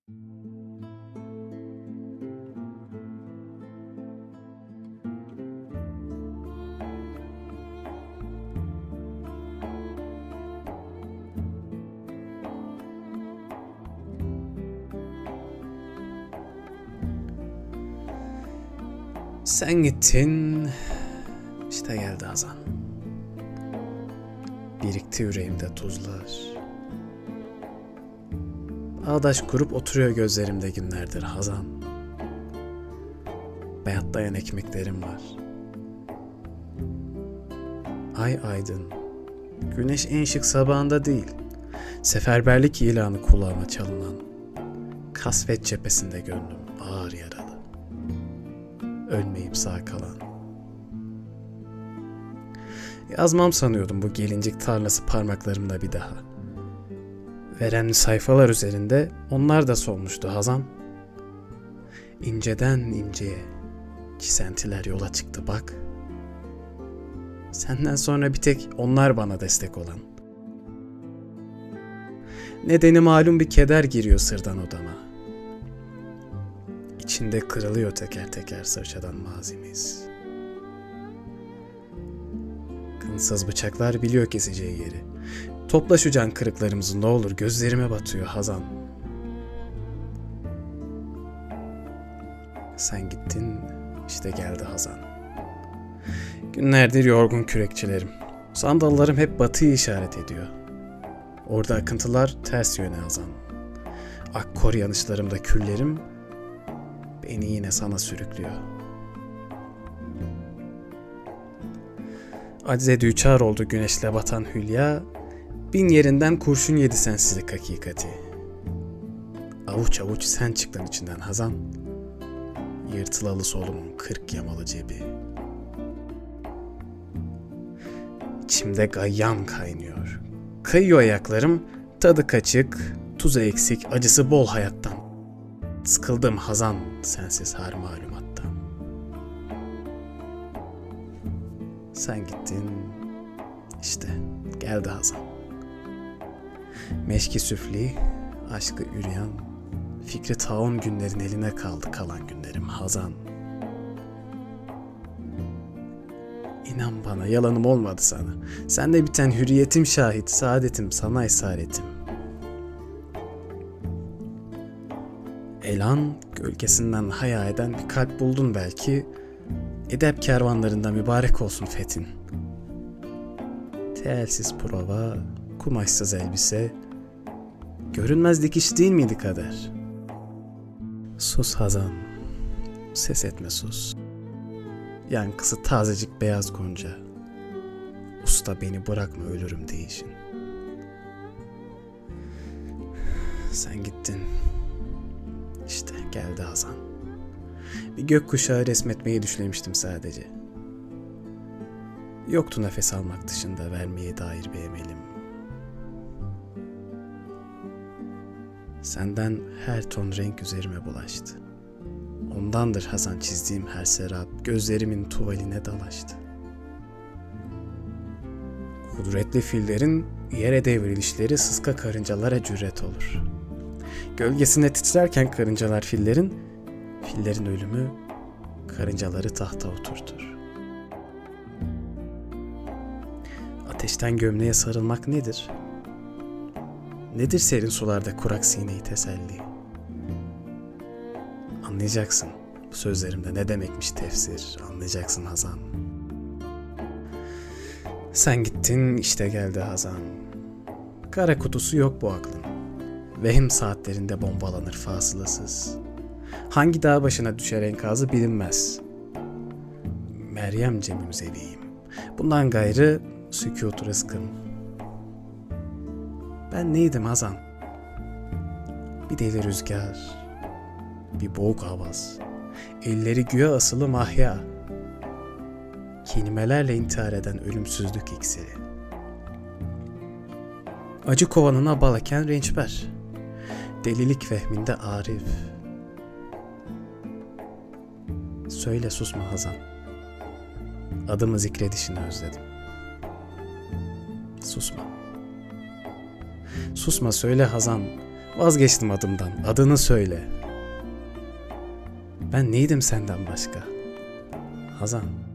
Sen gittin, işte geldi Hazan. Birikti yüreğimde tuzlar. Ağdaş kurup oturuyor gözlerimde günlerdir Hazan. Bayatlayan ekmeklerim var. Ay aydın, güneş en şık sabahında değil, seferberlik ilanı kulağıma çalınan, kasvet cephesinde gönlüm ağır yaralı. Ölmeyip sağ kalan. Yazmam sanıyordum bu gelincik tarlası parmaklarımda bir daha. Verenli sayfalar üzerinde onlar da solmuştu Hazan. İnceden inceye çisentiler yola çıktı bak. Senden sonra bir tek onlar bana destek olan. Nedeni malum bir keder giriyor sırdan odama. İçinde kırılıyor teker teker sırçadan mazimiz. Kınsız bıçaklar biliyor keseceği yeri. Topla şu can kırıklarımızı ne olur, gözlerime batıyor Hazan. Sen gittin, işte geldi Hazan. Günlerdir yorgun kürekçilerim. Sandallarım hep batıyı işaret ediyor. Orada akıntılar ters yöne Hazan. Akkor yanışlarımda küllerim beni yine sana sürüklüyor. Acize düçar oldu güneşle batan hülya, bin yerinden kurşun yedi sensizlik hakikati. Avuç avuç sen çıktın içinden Hazan, yırtılalı solumun 40 yamalı cebi. İçimde gayyam kaynıyor. Kayıyor ayaklarım, tadı kaçık, tuzu eksik, acısı bol hayattan. Sıkıldım Hazan sensiz her malumattan. Sen gittin, işte geldi Hazan. Meşki süfli, aşkı üryan, fikri taun günlerin eline kaldı kalan günlerim Hazan. İnan bana yalanım olmadı sana. Sende biten hürriyetim şahit, saadetim sana esaretim. Elan gölgesinden haya eden bir kalp buldun belki. Edep kervanlarında mübarek olsun fethin. Telsiz prova, kumaşsız elbise, görünmez dikiş değil miydi kader? Sus Hazan, ses etme sus. Yankısı tazecik beyaz gonca. Usta beni bırakma ölürüm değişin. Sen gittin. İşte geldi Hazan. Bir gökkuşağı resmetmeyi düşlemiştim sadece. Yoktu nefes almak dışında vermeye dair bir emelim. Senden her ton renk üzerime bulaştı. Ondandır Hazan çizdiğim her serap gözlerimin tuvaline dalaştı. Kudretli fillerin yere devrilişleri sıska karıncalara cüret olur. Gölgesinde titrerken karıncalar fillerin ölümü karıncaları tahta oturtur. Ateşten gömleğe sarılmak nedir? Nedir serin sularda kurak sineyi teselli? Anlayacaksın bu sözlerimde ne demekmiş tefsir, anlayacaksın Hazan. Sen gittin, işte geldi Hazan. Kara kutusu yok bu aklın. Vehim saatlerinde bombalanır fasılasız. Hangi dağ başına düşer enkazı bilinmez. Meryem Cem'im zeviyim. Bundan gayrı sükût rızkım. Ben neydim Hazan? Bir deli rüzgar, bir boğuk avaz, elleri güya asılı mahya, kelimelerle intihar eden ölümsüzlük iksiri. Acı kovanına bal eken rençber, delilik vehminde arif. Söyle susma Hazan, adımı zikredişini özledim. Susma. Susma söyle Hazan, Vazgeçtim adımdan. Adını söyle. Ben neydim senden başka? Hazan.